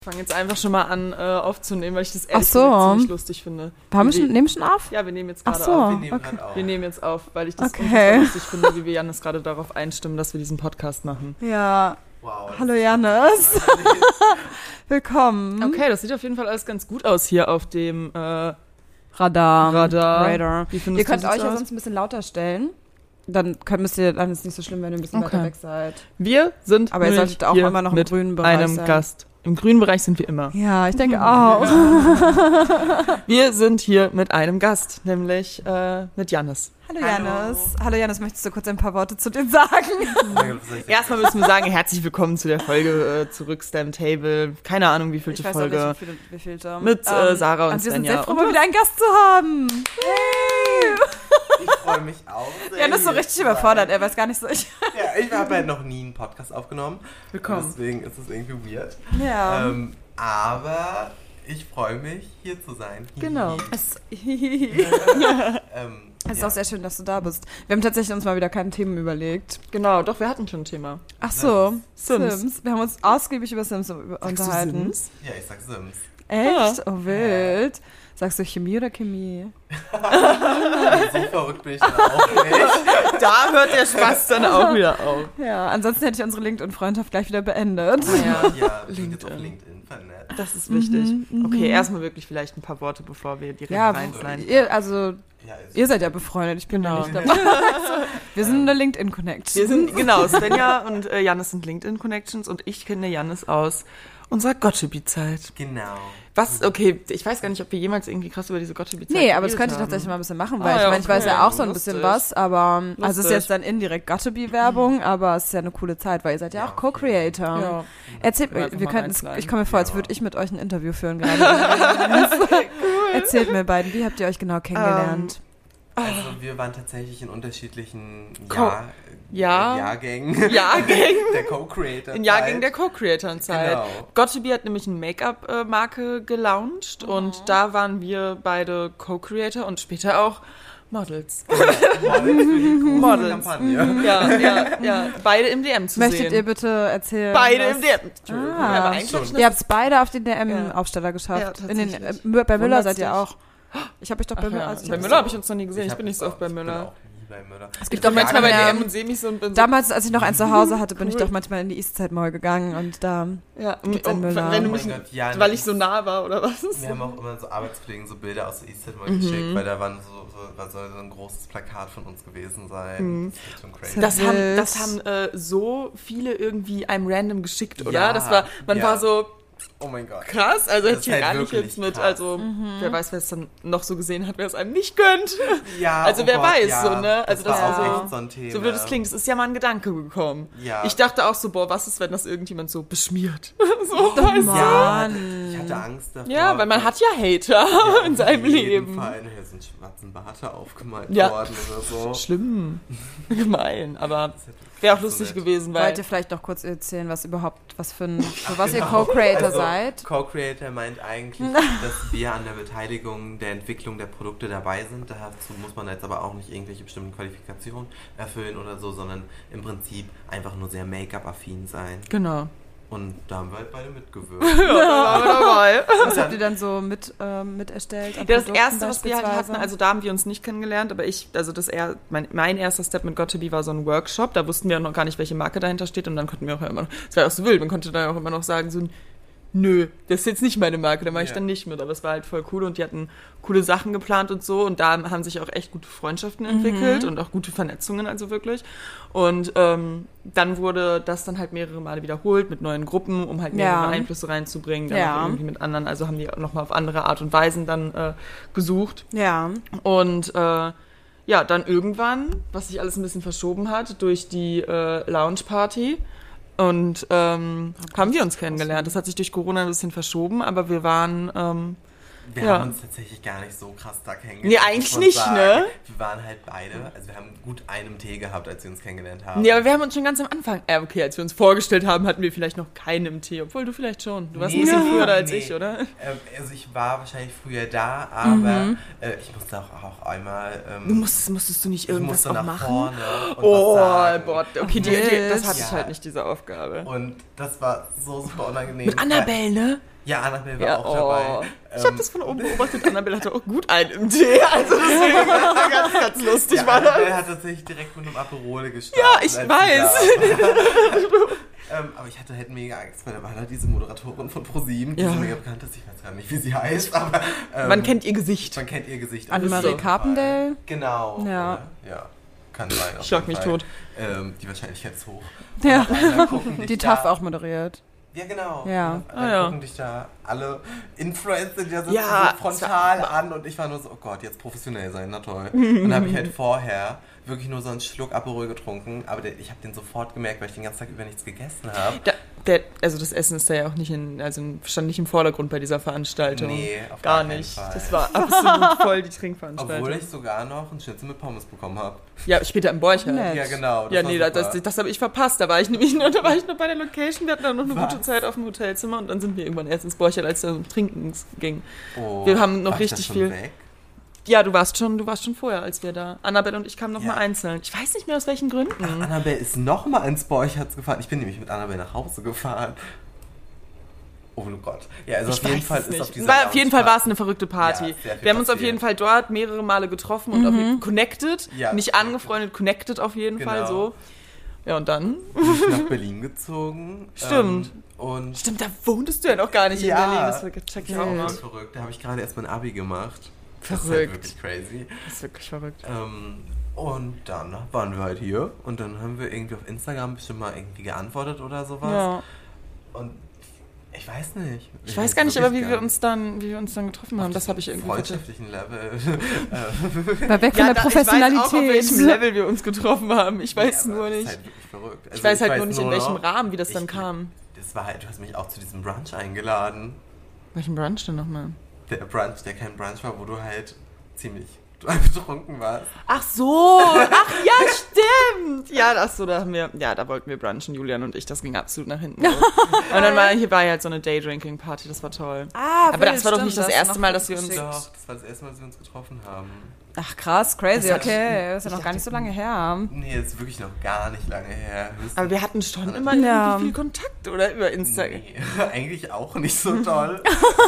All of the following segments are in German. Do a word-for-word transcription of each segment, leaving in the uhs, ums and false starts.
Ich fange jetzt einfach schon mal an äh, aufzunehmen, weil ich das ehrlich so. gesagt ziemlich lustig finde. Haben wir schon, nehmen wir schon auf? Ja, wir nehmen jetzt gerade Ach so. auf. Wir nehmen Okay. gerade auf. Wir nehmen jetzt auf, weil ich das Okay. unfassbar lustig finde, wie wir Jannis gerade darauf einstimmen, dass wir diesen Podcast machen. Ja. Wow. Hallo Jannis. Willkommen. Okay, das sieht auf jeden Fall alles ganz gut aus hier auf dem äh, Radar. Radar. Radar. Wie findest Ihr könnt du euch das ja aus? sonst ein bisschen lauter stellen. Dann könnt, müsst ihr, dann ist es nicht so schlimm, wenn ihr ein bisschen Okay. weiter weg seid. Wir sind Aber ihr nämlich solltet auch hier immer noch im mit grünen Bereich einem sein. Gast. Im grünen Bereich sind wir immer. Ja, ich denke auch. Wir sind hier mit einem Gast, nämlich äh, mit Jannis. Hallo Hallo. Jannis. Hallo Jannis, möchtest du kurz ein paar Worte zu dir sagen? Erstmal müssen wir sagen, herzlich willkommen zu der Folge äh, zurück, Stem Table. Keine Ahnung, wie vielte Ich weiß Folge. auch nicht, wie viele, wie vielte. Mit, äh, Sarah und und wir sind Svenja. sehr froh, mal wieder einen Gast zu haben. Hey. Ich freue mich auch sehr. Jannis ist so hier richtig zu überfordert, sein. er weiß gar nicht so. Ich Ja, ich habe halt noch nie einen Podcast aufgenommen. Willkommen. Deswegen ist es irgendwie weird. ja. Ähm, aber ich freue mich, hier zu sein. Genau. Es, ähm, es ist ja. auch sehr schön, dass du da bist. Wir haben tatsächlich uns mal wieder keine Themen überlegt. Genau, doch, wir hatten schon ein Thema. Ach so, Sims. Sims. Wir haben uns ausgiebig über Sims unterhalten. Ja, ich sag Sims. Echt? Oh, wild. Sagst du Chemie oder Chemie? So verrückt bin ich dann auch nicht. Da hört der Spaß dann auch wieder auf. Ja, ansonsten hätte ich unsere LinkedIn-Freundschaft gleich wieder beendet. Ja, Ja, wir sind jetzt auf LinkedIn. LinkedIn vernetzt. Das ist wichtig. Okay, erstmal wirklich vielleicht ein paar Worte, bevor wir direkt Ja, reinsliden. ihr, also Ja, ist ihr seid ja befreundet, ich bin Genau. ja nicht dabei. Wir sind eine LinkedIn-Connection. Wir sind, genau, Svenja und äh, Jannis sind LinkedIn-Connections und ich kenne Jannis aus unserer Gottscheby-Zeit. Genau. Was, okay, ich weiß gar nicht, ob wir jemals irgendwie krass über diese Gottscheby-Zeit Nee, aber das geredet könnte ich haben. tatsächlich mal ein bisschen machen, Ah, weil ich ja, meine, ich weiß okay. ja auch so ein bisschen Lustig. was, aber also es ist Lustig. jetzt dann indirekt Gottscheby-Werbung, aber es ist ja eine coole Zeit, weil ihr seid ja auch Co-Creator. Ja. Erzählt Können wir mir, einfach wir mal könnten, es- reinsliden. ich komme mir vor, als Ja. würde ich mit euch ein Interview führen gerade. Erzählt mir beiden, wie habt ihr euch genau kennengelernt? Also wir waren tatsächlich in unterschiedlichen Co- Jahr, Ja. äh, Jahrgängen. Jahrgängen. Der Co-Creator. In Jahrgängen der Co-Creatoren-Zeit. Genau. Gottscheby hat nämlich eine Make-up-Marke gelauncht und da waren wir beide Co-Creator und später auch Models. Models. Kampagne. Ja, ja, ja. Beide im D M zu Möchtet sehen. ihr bitte erzählen? Beide was- im D M. Entschuldigung. Ah. aber eigentlich Schon. schon. Ihr habt es beide auf den Ja. D M-Aufsteller geschafft. Ja, In den, äh, tatsächlich. Mü- bei Müller seid ihr Wundert's auch. Ich habe euch doch bei Ach Müller. ja. Also ich Bei hab's- Müller habe ich uns noch nie gesehen. Ich hab- bin nicht so oft bei Ich bin Müller. auch nie bei Müller. Es Ich gibt bin doch manchmal bei manchmal D M und sehe mich so und bin so. Damals, als ich noch eins zu Hause hatte, bin ich Cool. doch manchmal in die Eastside Mall gegangen und da. Ja, gibt's einen und Müller. wenn du Oh mich, mein Gott, ja, weil das ich so ist- nah war oder was? Wir haben auch immer so Arbeitskollegen so Bilder aus der Eastside Mall Mhm. geschickt, weil da waren so, so, war so ein großes Plakat von uns gewesen sein. Das ist schon crazy. Das haben, Wild. das haben äh, so viele irgendwie einem random geschickt, oder? Ja, das war, man ja. war so Oh mein Gott. krass, also Das hätte ist ich halt gar nicht wirklich jetzt mit, krass. also wer weiß, wer es dann noch so gesehen hat, wer es einem nicht gönnt. Ja, Also oh wer Gott, weiß, ja. so, ne? Also das war war auch so- echt so ein Thema. So blöd es klingt, es ist ja mal ein Gedanke gekommen. Ja. Ich dachte auch so, boah, was ist, wenn das irgendjemand so beschmiert? so, weißt du? Ja, Mann. ich hatte Angst davor. Ja, weil man hat ja Hater Ja, in seinem auf jeden Leben. Fall. Hier sind schwarzen Barte aufgemalt Ja. worden oder so. Schlimm. Gemein, aber wäre auch lustig nett. gewesen, weil Wollt ihr vielleicht noch kurz erzählen, was überhaupt, was für, ein, für was ihr Co-Creator Also, seid? Co-Creator meint eigentlich, dass wir an der Beteiligung der Entwicklung der Produkte dabei sind. Dazu muss man jetzt aber auch nicht irgendwelche bestimmten Qualifikationen erfüllen oder so, sondern im Prinzip einfach nur sehr Make-up-affin sein. genau. Und da haben wir halt beide mitgewirkt. Ja, da waren wir dabei. Was habt ihr dann so mit, ähm, mit erstellt? an Ja, das Produkten erste, was wir halt hatten, beispielsweise? also da haben wir uns nicht kennengelernt, aber ich, also das er, mein, mein erster Step mit Gottscheby war so ein Workshop, da wussten wir noch gar nicht, welche Marke dahinter steht und dann konnten wir auch immer noch, es war ja auch so wild, man konnte dann auch immer noch sagen, so, nö, das ist jetzt nicht meine Marke, da mache ich Ja. dann nicht mit, aber es war halt voll cool und die hatten coole Sachen geplant und so und da haben sich auch echt gute Freundschaften entwickelt und auch gute Vernetzungen, also wirklich. Und ähm, dann wurde das dann halt mehrere Male wiederholt mit neuen Gruppen, um halt mehrere Ja. Einflüsse reinzubringen, dann Ja. auch irgendwie mit anderen, also haben die nochmal auf andere Art und Weisen dann äh, gesucht. Ja. Und äh, ja, dann irgendwann, was sich alles ein bisschen verschoben hat, durch die äh, Lounge-Party. Und ähm, haben wir uns kennengelernt. Das hat sich durch Corona ein bisschen verschoben, aber wir waren ähm, Wir Ja. haben uns tatsächlich gar nicht so krass da kennengelernt. Nee, eigentlich muss man nicht, sagen. ne? Wir waren halt beide, also wir haben gut einen Tee gehabt, als wir uns kennengelernt haben. Nee, aber wir haben uns schon ganz am Anfang, äh, okay, als wir uns vorgestellt haben, hatten wir vielleicht noch keinen im Tee, obwohl du vielleicht schon. Du warst Nee, ein bisschen früher da als nee. ich, oder? Ähm, also ich war wahrscheinlich früher da, aber äh, ich musste auch, auch einmal... Ähm, Du musstest, musstest du nicht ich irgendwas musste auch nach machen? vorne und Oh, was sagen. boah, okay, die, die, das hatte ich Ja. halt nicht, diese Aufgabe. Und das war so super unangenehm. Mit Annabelle, ne? Ja, Annabelle war Ja, auch oh. dabei. Ich habe das von oben beobachtet. Annabelle hatte auch gut einen im Tee. Also deswegen war ganz, ganz lustig. Ja, war Annabelle das. hat tatsächlich direkt mit einem Aperole gestartet. Ja, ich als sie weiß. da war. ähm, aber ich hatte halt mega Angst, weil da war da diese Moderatorin von ProSieben, die Ja. so mega bekannt ist. Ich weiß gar nicht, wie sie heißt, aber... Ähm, Man kennt ihr Gesicht. Man kennt ihr Gesicht. Annemarie Auf jeden Carpendale? Fall. Genau. Ja. Oder? Ja. Kann sein. auf Schlag jeden mich Fall. tot. Ähm, die Wahrscheinlichkeit ist hoch. Ja. Und dann gucken dich Die da- TAF auch moderiert. Ja, genau. Ja. Und dann Ah, ja. gucken dich da alle Influencer, die da sitzen, Ja, so frontal an und ich war nur so, oh Gott, jetzt professionell sein, na toll. Und dann habe ich halt vorher wirklich nur so einen Schluck Aperol getrunken, aber der, ich habe den sofort gemerkt, weil ich den ganzen Tag über nichts gegessen habe. Da, der, also das Essen ist da ja auch nicht in, also stand nicht im Vordergrund bei dieser Veranstaltung. Nee, auf gar, gar keinen nicht. Fall. Das war absolut voll die Trinkveranstaltung. Obwohl ich sogar noch einen Schnitzel mit Pommes bekommen habe. Ja, später im Borcher. Nett. Ja, genau. das Ja, war nee, das, super. das, das habe ich verpasst. Da war ich nämlich nur, da war ich nur bei der Location. Wir hatten dann noch eine Was? gute Zeit auf dem Hotelzimmer und dann sind wir irgendwann erst ins Borcher, als es um Trinken ging. Oh, wir haben noch war ich da richtig schon viel- Weg? Ja, du warst schon, du warst schon vorher, als wir da. Annabelle und ich kamen noch Ja. mal einzeln. Ich weiß nicht mehr aus welchen Gründen. Ach, Annabelle ist nochmal ins Borchertz gefahren. Ich bin nämlich mit Annabelle nach Hause gefahren. Oh Gott. Ja, also Ich auf jeden weiß Fall es ist nicht. auf dieser War, auf jeden Fall war es Lounge-Party- eine verrückte Party. Ja, sehr viel wir haben uns auf passiert. jeden Fall dort mehrere Male getroffen und auf jeden connected. Ja. Nicht angefreundet, connected auf jeden Genau. Fall so. Ja, und dann? bin ich nach Berlin gezogen. Stimmt. Ähm, und Stimmt, da wohntest du ja noch gar nicht Ja. in Berlin. Das check ich das auch war mal. voll verrückt. Da habe ich gerade erst mein Abi gemacht. Das ist halt Verrückt. wirklich crazy. Das ist wirklich verrückt. Ähm, und dann waren wir halt hier und dann haben wir irgendwie auf Instagram bestimmt mal irgendwie geantwortet oder sowas. Ja. Und ich weiß nicht. Ich weiß gar nicht, aber wirklich wie gar wir uns dann, wie wir uns dann getroffen haben. Das habe ich irgendwie freundschaftlichen Level. War weg von der da- Professionalität. Ich weiß auch, auf welchem Level wir uns getroffen haben. Ich weiß Ja, aber nur das ist nicht. halt wirklich verrückt. Also ich weiß halt nur nicht, in welchem noch, Rahmen, wie das dann ich- kam. Das war halt, du hast mich auch zu diesem Brunch eingeladen. Welchen Brunch denn nochmal? Der Brunch, der kein Brunch war, wo du halt ziemlich betrunken warst. Ach so, ach ja, stimmt. Ja, das so, da haben wir, ja, da wollten wir brunchen, Julian und ich, das ging absolut nach hinten los. Und dann war hier war ja halt so eine Daydrinking-Party, das war toll. Ah, Aber das wild, war doch stimmt, nicht das hast du erste noch Mal, dass wir uns- geschickt. Doch, das war das erste Mal, dass wir uns getroffen haben. Ach krass, crazy, Das hat- okay. Das ist ja ich noch gar nicht so dachte- lange her. Nee, das ist wirklich noch gar nicht lange her. Höchstens- Aber wir hatten schon immer Ja. irgendwie viel Kontakt, oder? Über Instagram. Nee, eigentlich auch nicht so toll.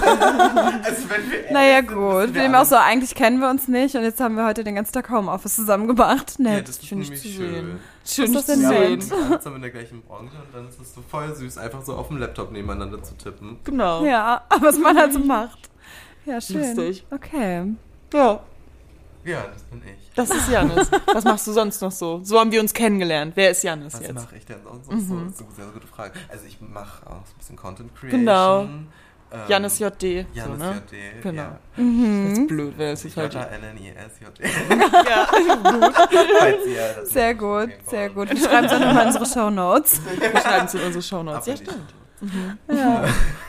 also wenn wir Naja, ehrlich sind, gut. müssen Wir dem alle- auch so, eigentlich kennen wir uns nicht und jetzt haben wir heute den ganzen Tag Homeoffice zusammen gemacht. Ja, Nett. das ist finde ich nämlich zu schön. sehen. Schön, Ist dich das zu denn Wir nett? sehen. arbeiten alle zusammen in der gleichen Branche und dann ist es so voll süß, einfach so auf dem Laptop nebeneinander zu tippen. Genau. Ja, was man halt so macht. Ja, schön. Lustig. Okay. Ja, Ja, das bin ich. das ist Janis. Was machst du sonst noch so? So haben wir uns kennengelernt. Wer ist Janis Was jetzt? mache ich denn sonst noch so? Das ist eine sehr, sehr gute Frage. Also ich mache auch so ein bisschen Content Creation. Genau. Ähm, Janis J D. Janis so, ne? J D. Genau. Ja. Das ist blöd, wer ist Ich das J halt. N N I S J D. Ja, Falls ihr das Sehr nicht gut, auf jeden sehr Fall- gut. Wir schreiben es auch nochmal in unsere Shownotes. wir schreiben es in unsere Shownotes. Ja, Aber nicht. stimmt. Ja.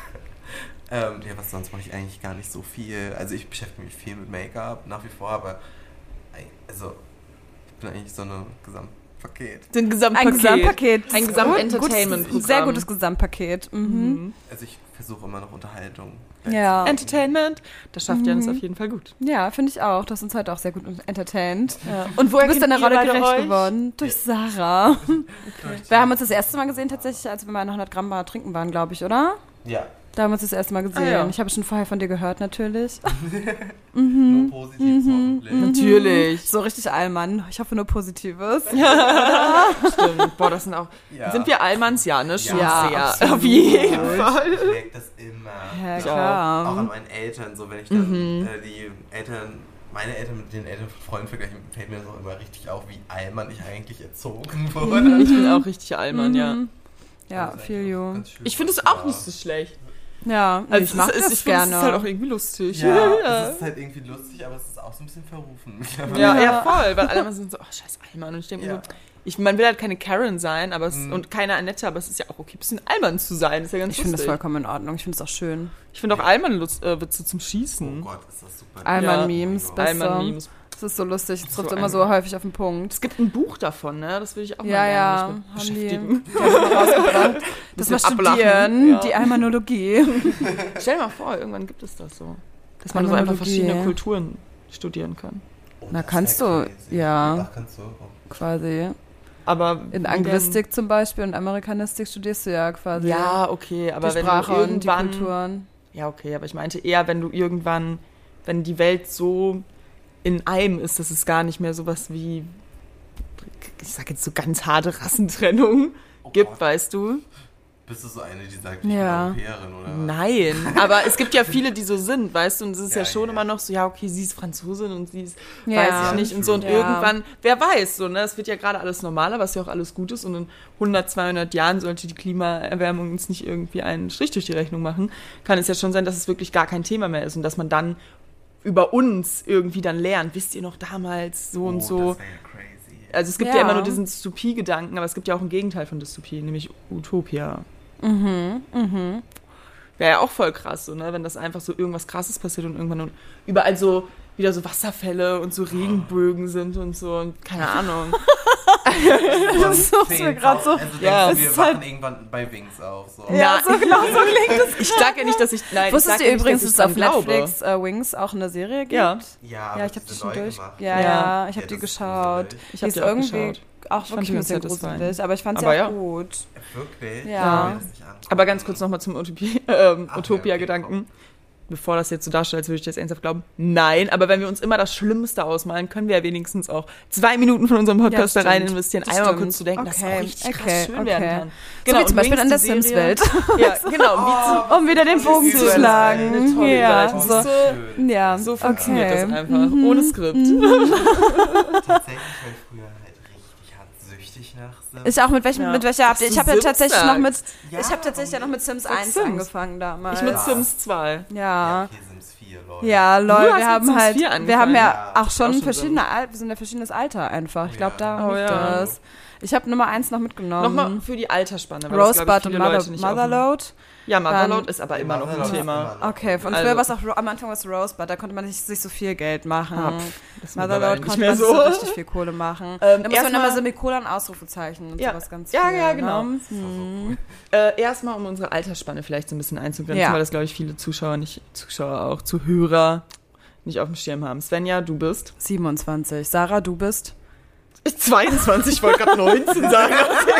Ähm, ja, was sonst mache ich eigentlich gar nicht so viel. Also ich beschäftige mich viel mit Make-up nach wie vor, aber ei- also ich bin eigentlich so ein Gesamtpaket. Den Gesamtpaket. Ein Gesamtpaket. Ein Gesamtentertainment-Programm. Sehr gutes Gesamtpaket. Mhm. Mhm. Also ich versuche immer noch Unterhaltung. Ja. Entertainment, das schafft Janis auf jeden Fall gut. Ja, finde ich auch. Du hast uns heute auch sehr gut entertained. Ja. Und woher Du bist kennt deiner ihr Rolle beide gerecht euch? geworden. Durch Sarah. Wir haben uns das erste Mal gesehen, tatsächlich, als wir mal in einer hundert Gramm Bar trinken waren, glaube ich, oder? Ja, Da haben wir uns das erste Mal gesehen. Ah, ja. Ich habe schon vorher von dir gehört, natürlich. nur positiv hoffentlich. Natürlich. So richtig Allmann. Ich hoffe nur Positives. Stimmt. Boah, das sind auch. Ja. Sind wir Allmanns? Ja, ne? Schon Ja, sehr. absolut. Auf jeden Fall. Ich merke das immer. Ja, Ich Auch klar. an meinen Eltern, so wenn ich dann äh, die Eltern, meine Eltern mit den Eltern von Freunden vergleiche, fällt mir das auch immer richtig auf, wie allmann ich eigentlich erzogen wurde. Ich bin auch richtig Allmann, ja. Mhm. Ja, Das ist feel eigentlich you. auch ganz schön, Ich finde es was auch war. nicht so schlecht. Ja, Also ich mag es ist, das ich finde, gerne. es ist halt auch irgendwie lustig. Ja, es ist halt irgendwie lustig, aber es ist auch so ein bisschen verrufen. mittlerweile. Ja, Ja. ja, voll, weil alle immer sind so, oh, scheiß Allmann. Und ich denke mir Ja. so, ich, man will halt keine Karen sein aber es, Mhm. und keine Annette, aber es ist ja auch okay, ein bisschen Allmann zu sein. Das ist ja ganz Ich finde das lustig. vollkommen in Ordnung. Ich finde es auch schön. Ich finde auch Allmann-Witze zum Schießen. Oh Gott, ist das super. Allmann-Memes, Ja. beste. Allmann-Memes. Das ist so lustig. Es trifft So immer ein- so häufig auf den Punkt. Es gibt ein Buch davon, ne? Das will ich auch Ja, mal ja, gerne mich mit haben die, beschäftigen. die haben wir rausgebracht. Das Bisschen mal ablachen, studieren, ja. die Allmannologie. Stell dir mal vor, irgendwann gibt es das so. Dass man so einfach Allmannologie. verschiedene Kulturen studieren kann. Oh, Na, das kannst wär du, crazy. ja. Ach, kannst du? Oh. Quasi. Aber In wie Anglistik zum Beispiel und Amerikanistik studierst du ja quasi denn- Ja, okay, aber die wenn Sprache du und die irgendwann Kulturen. Ja, okay, aber ich meinte eher, wenn du irgendwann, wenn die Welt so in einem ist, dass es gar nicht mehr sowas wie, ich sag jetzt so ganz harte Rassentrennung Oh gibt, Gott. weißt du? Bist du so eine, die sagt, Ja. ich bin Europäerin, oder? Nein, aber es gibt ja viele, die so sind, weißt du, und es ist ja, Ja, schon ja. immer noch so, ja, okay, sie ist Franzosin und sie ist, Ja. weiß ich nicht, und so, und Ja. irgendwann, wer weiß, so, ne, es wird ja gerade alles normaler, was ja auch alles gut ist, und in hundert, zweihundert Jahren sollte die Klimaerwärmung uns nicht irgendwie einen Strich durch die Rechnung machen, kann es ja schon sein, dass es wirklich gar kein Thema mehr ist und dass man dann über uns irgendwie dann lernt, wisst ihr noch damals so Oh, und so. Das wäre ja crazy. Also es gibt ja. Ja. immer nur diesen Dystopie-Gedanken, aber es gibt ja auch ein Gegenteil von Dystopie, nämlich Utopia. Mhm, mhm. Wäre ja auch voll krass, so, ne? Wenn das einfach so irgendwas Krasses passiert und irgendwann überall so wieder so Wasserfälle und so Regenbögen sind und so und keine Ahnung. Das ist so- mir grad so- Also Ja, denkst du, es wir ist halt- wachen irgendwann bei Wings auf. So. Ja, so genau so klingt es. Ich sag ja nicht, dass ich, nein, ich Wusstest sag du ja nicht, übrigens, dass dass ich es auf dran glaube. Netflix äh, Wings auch eine Serie gibt? Ja, Ja, aber Ja, ich das habe die ist schon neu durch. gemacht. Ja, Ja. ja, ich habe Ja, die das ist geschaut. gruselig. Ich Die hab ist die auch irgendwie geschaut. auch Ich wirklich fand ein die bisschen ganz satisfying. gruselig, aber ich fand sie Aber auch ja. gut. Wirklich? Ja. Ich will das nicht angucken. Aber ganz kurz nochmal zum Utopie, ähm, Ach, Utopia-Gedanken. Bevor das jetzt so darstellt, als würde ich das ernsthaft glauben. Nein, aber wenn wir uns immer das Schlimmste ausmalen, können wir ja wenigstens auch zwei Minuten von unserem Podcast Ja, da rein stimmt. investieren, Das einmal stimmt. kurz zu denken, dass es Okay, auch richtig krass okay, schön okay. werden kann. So wie und zum Beispiel Wings, in der die Serie- Sims-Welt. Ja, genau. Wie Oh, Um wieder den Bogen zu Eine schlagen. tolle Ja, Seite. so, schön. ja, so funktioniert okay. das einfach, ohne Skript. Tatsächlich war ich früher halt richtig hart süchtig nach Sims. Ich auch mit welchem, Ja. mit welcher habt ihr? Dass Ich du habe ja Sims tatsächlich noch mit, sagst. Ja, ich habe tatsächlich ja noch mit Sims Sag eins Sims. angefangen damals. Ich mit Ja. Sims zwei. Ja, Ja. okay, Sims vier, Leute. Ja, Du lol, hast wir mit haben Sims halt, vier wir haben angefangen. ja Ja. auch schon Auch schon verschiedene, Al wir sind ja verschiedenes Alter einfach. Ich glaube, da Ja. Oh liegt ja. das. Ich habe Nummer eins noch mitgenommen. Nochmal für die Altersspanne. weil das, glaub ich, Rosebud und viele Mother Leute nicht auf dem- Motherload. Ja, Motherload Dann- ist aber immer noch ein Motherload ist Thema. immer noch. Okay, von Also- früher war es auch, Ro- am Anfang war es Rosebud, da konnte man nicht, sich so viel Geld machen. Ah, pff, das ist mittlerweile Motherload nicht konnte mehr man sich so. so richtig viel Kohle machen. Ähm, da muss man erstmal- immer Semikolon, Ausrufezeichen und Ja. sowas ganz Ja, viel. ja, genau. Ne? Das war so cool. Äh, erstmal, um unsere Altersspanne vielleicht so ein bisschen einzugrenzen, Ja. weil das, glaube ich, viele Zuschauer, nicht Zuschauer, auch Zuhörer nicht auf dem Schirm haben. Svenja, du bist? siebenundzwanzig. Sarah, du bist? Ich zweiundzwanzig, ich wollte gerade neunzehn sagen.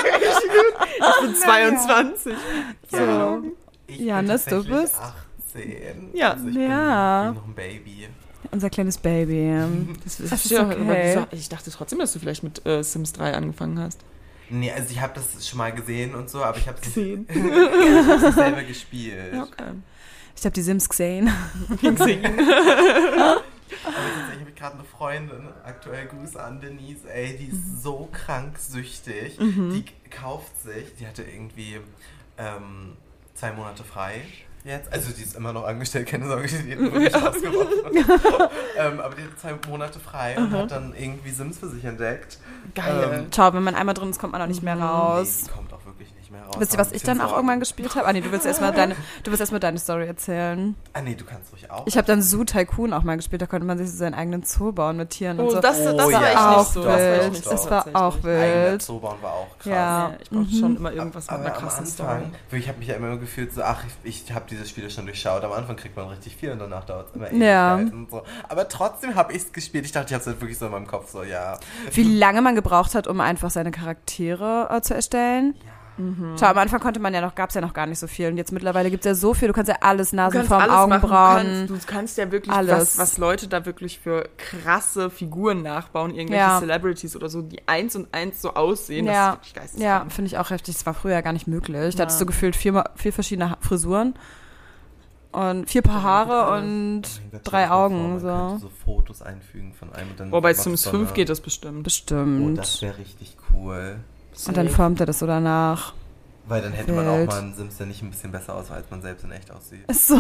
Ich bin zweiundzwanzig. Ja. Ich bin Janis, du tatsächlich bist? achtzehn. Ja. Also ich Ja. bin noch ein Baby. Unser kleines Baby. Das, ist ja, okay. aber wieso- Ich dachte trotzdem, dass du vielleicht mit äh, Sims drei angefangen hast. Nee, also ich habe das schon mal gesehen und so, aber ich habe es nicht, Gesehen. ich hab's nicht selber gespielt. Ja, okay. Ich habe die Sims gesehen. Gesehen. Aber tatsächlich habe ich gerade eine Freundin, aktuell Grüße an Denise, ey, die ist so krank süchtig. Die kauft sich, die hatte irgendwie ähm, zwei Monate frei jetzt. Also die ist immer noch angestellt, keine Sorge, die hat wirklich ausgeworfen. ähm, aber die hat zwei Monate frei und hat dann irgendwie Sims für sich entdeckt. Geil. Ähm, Ciao, wenn man einmal drin ist, kommt man auch nicht mehr raus. Nee, die kommt auch wirklich nicht mehr raus. Wisst ihr, was ich dann auch irgendwann gespielt habe? Ah nee, du willst erstmal deine, du willst erstmal deine Story erzählen. Ah nee, du kannst ruhig auch. Ich habe dann Zoo Tycoon auch mal gespielt, da konnte man sich so seinen eigenen Zoo bauen mit Tieren und Oh, so. das, das Oh, war ja. echt auch nicht so. Das war echt wild. nicht so Das war tatsächlich. auch Eigener wild. Zoobahn war auch krass. Ja. Ja, ich brauche schon immer irgendwas mit aber einer am krassen Story. Anfang, ich habe mich ja immer gefühlt so, ach, ich, ich habe diese Spiele schon durchschaut. Am Anfang kriegt man richtig viel und danach dauert es immer Ja. Ewigkeiten und so. Aber trotzdem habe ich es gespielt. Ich dachte, ich habe es halt wirklich so in meinem Kopf so, ja. Wie lange man gebraucht hat, um einfach seine Charaktere äh, zu erstellen. Ja. Schau, am Anfang konnte man ja noch, gab es ja noch gar nicht so viel. Und jetzt mittlerweile gibt es ja so viel. Du kannst ja alles, Du kannst Nasenform, alles machen. Du Augenbrauen. kannst, du kannst ja wirklich, alles. was, was Leute da wirklich für krasse Figuren nachbauen, irgendwelche Ja. Celebrities oder so, die eins und eins so aussehen, das Ja, ist wirklich geisteskrank. ja, finde ich auch heftig. Das war früher gar nicht möglich. Da Ja. hattest du gefühlt vier, vier verschiedene Ha- Frisuren und vier Paar Haare und Oh mein Gott, drei stell dir mal vor, Augen. man So. könnte so Fotos einfügen von einem und dann. Boah, bei macht Sims so fünf eine- geht das bestimmt. Oh, Bestimmt. das wäre richtig cool. Und dann formt er das so danach. Weil dann hätte man auch Wild. mal einen Sims, der nicht ein bisschen besser aussieht, als man selbst in echt aussieht. So.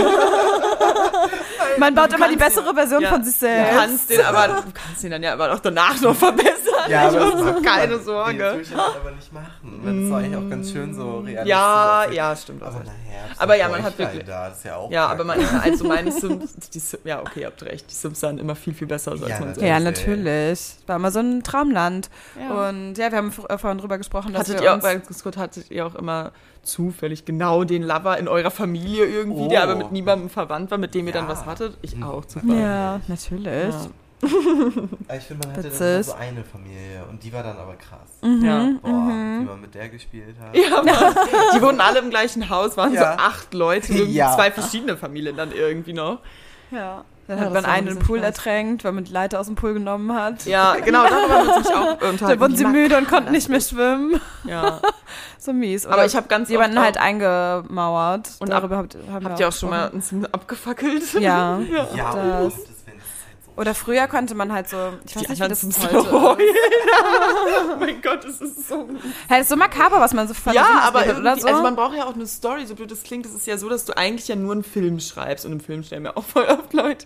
Man baut immer die bessere Version Ja. von sich Du selbst. kannst den aber, du kannst den dann ja aber auch danach noch verbessern. Ja, ich aber mach das so macht keine man Sorge. den Zustand aber nicht machen. Weil das soll eigentlich auch ganz schön so realistisch Ja, aussehen. ja, stimmt. Aber auch. nachher. Aber ja, man hat wirklich- Da, das ist ja auch Ja, kacke. aber man, also meine Sims, die Sim, ja, okay, ihr habt recht, die Sims sahen immer viel, viel besser aus als Ja, man natürlich. Ja, selbst. natürlich. War immer so ein Traumland. Ja. Und ja, wir haben vor- vorhin drüber gesprochen, dass Hattet wir ihr, auch, uns... weil ganz kurz, hattet ihr auch immer zufällig genau den Lover in eurer Familie irgendwie, Oh. der aber mit niemandem verwandt war, mit dem ihr dann Ja. was hattet? Ich Mhm. auch, zufällig. Ja, natürlich. Ja. Aber ich finde, man hatte dann immer Witzig. so eine Familie und die war dann aber krass. Mhm. Ja. Boah, wie man mit der gespielt hat. Ja, Mann. Die wohnen alle im gleichen Haus, waren Ja. so acht Leute, irgendwie Ja. zwei verschiedene Familien dann irgendwie noch. Ja. Dann Ja, hat das man war ein einen im bisschen Pool krass. ertränkt, weil man die Leiter aus dem Pool genommen hat. Ja, genau, darüber haben wir uns auch unterhalten. Da wurden Wie sie man- müde und konnten nicht mehr schwimmen. Ja. So mies. Aber ich habe ganz jemanden oft auch- halt eingemauert. Und darüber habt, haben Habt wir ihr auch schon mal einen Sim abgefackelt? Ja. ja. Ja, Das- um Gottes Willen, das ist halt so. Oder früher konnte man halt so, ich weiß Die nicht, wie anderen das sind ist so heute. heulen. Oh mein Gott, es ist so... Hey, das ist so makaber, was man so fand. Ja, aber irgendwie, oder so. also man braucht ja auch eine Story, so blöd das klingt. Es ist ja so, dass du eigentlich ja nur einen Film schreibst. Und im Film stellen wir auch voll oft Leute.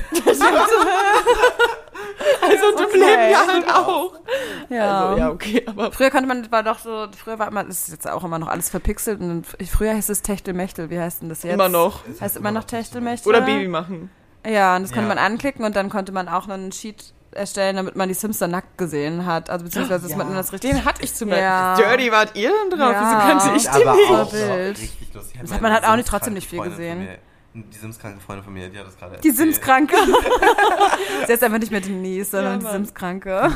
Also und im Okay. Leben ja halt auch. ja. Also ja, okay, aber... Früher konnte man, war doch so, früher war immer, das ist jetzt auch immer noch alles verpixelt und früher hieß es Techtelmechtel, wie heißt denn das jetzt? Immer noch. Es Heißt ist immer noch Techtelmechtel? Oder Baby machen. Ja, und das konnte Ja. man anklicken und dann konnte man auch einen Sheet erstellen, damit man die Sims dann nackt gesehen hat. Also beziehungsweise, dass Ja. man das richtig... Den hatte ich zum Beispiel. Ja. Dirty wart ihr denn drauf? Ja. Wieso kannte ich aber den nicht? auch Wild. noch richtig lustig. Ich Das hab hat man meine halt auch nicht- Sims-kranke trotzdem nicht viel Freundin von gesehen. mir- Die Sims-kranke Freundin von mir, die hat das gerade Die erzählt. Sims-Kranke. Sie ist einfach nicht mehr Denise, sondern Ja, die Mann. Sims-Kranke.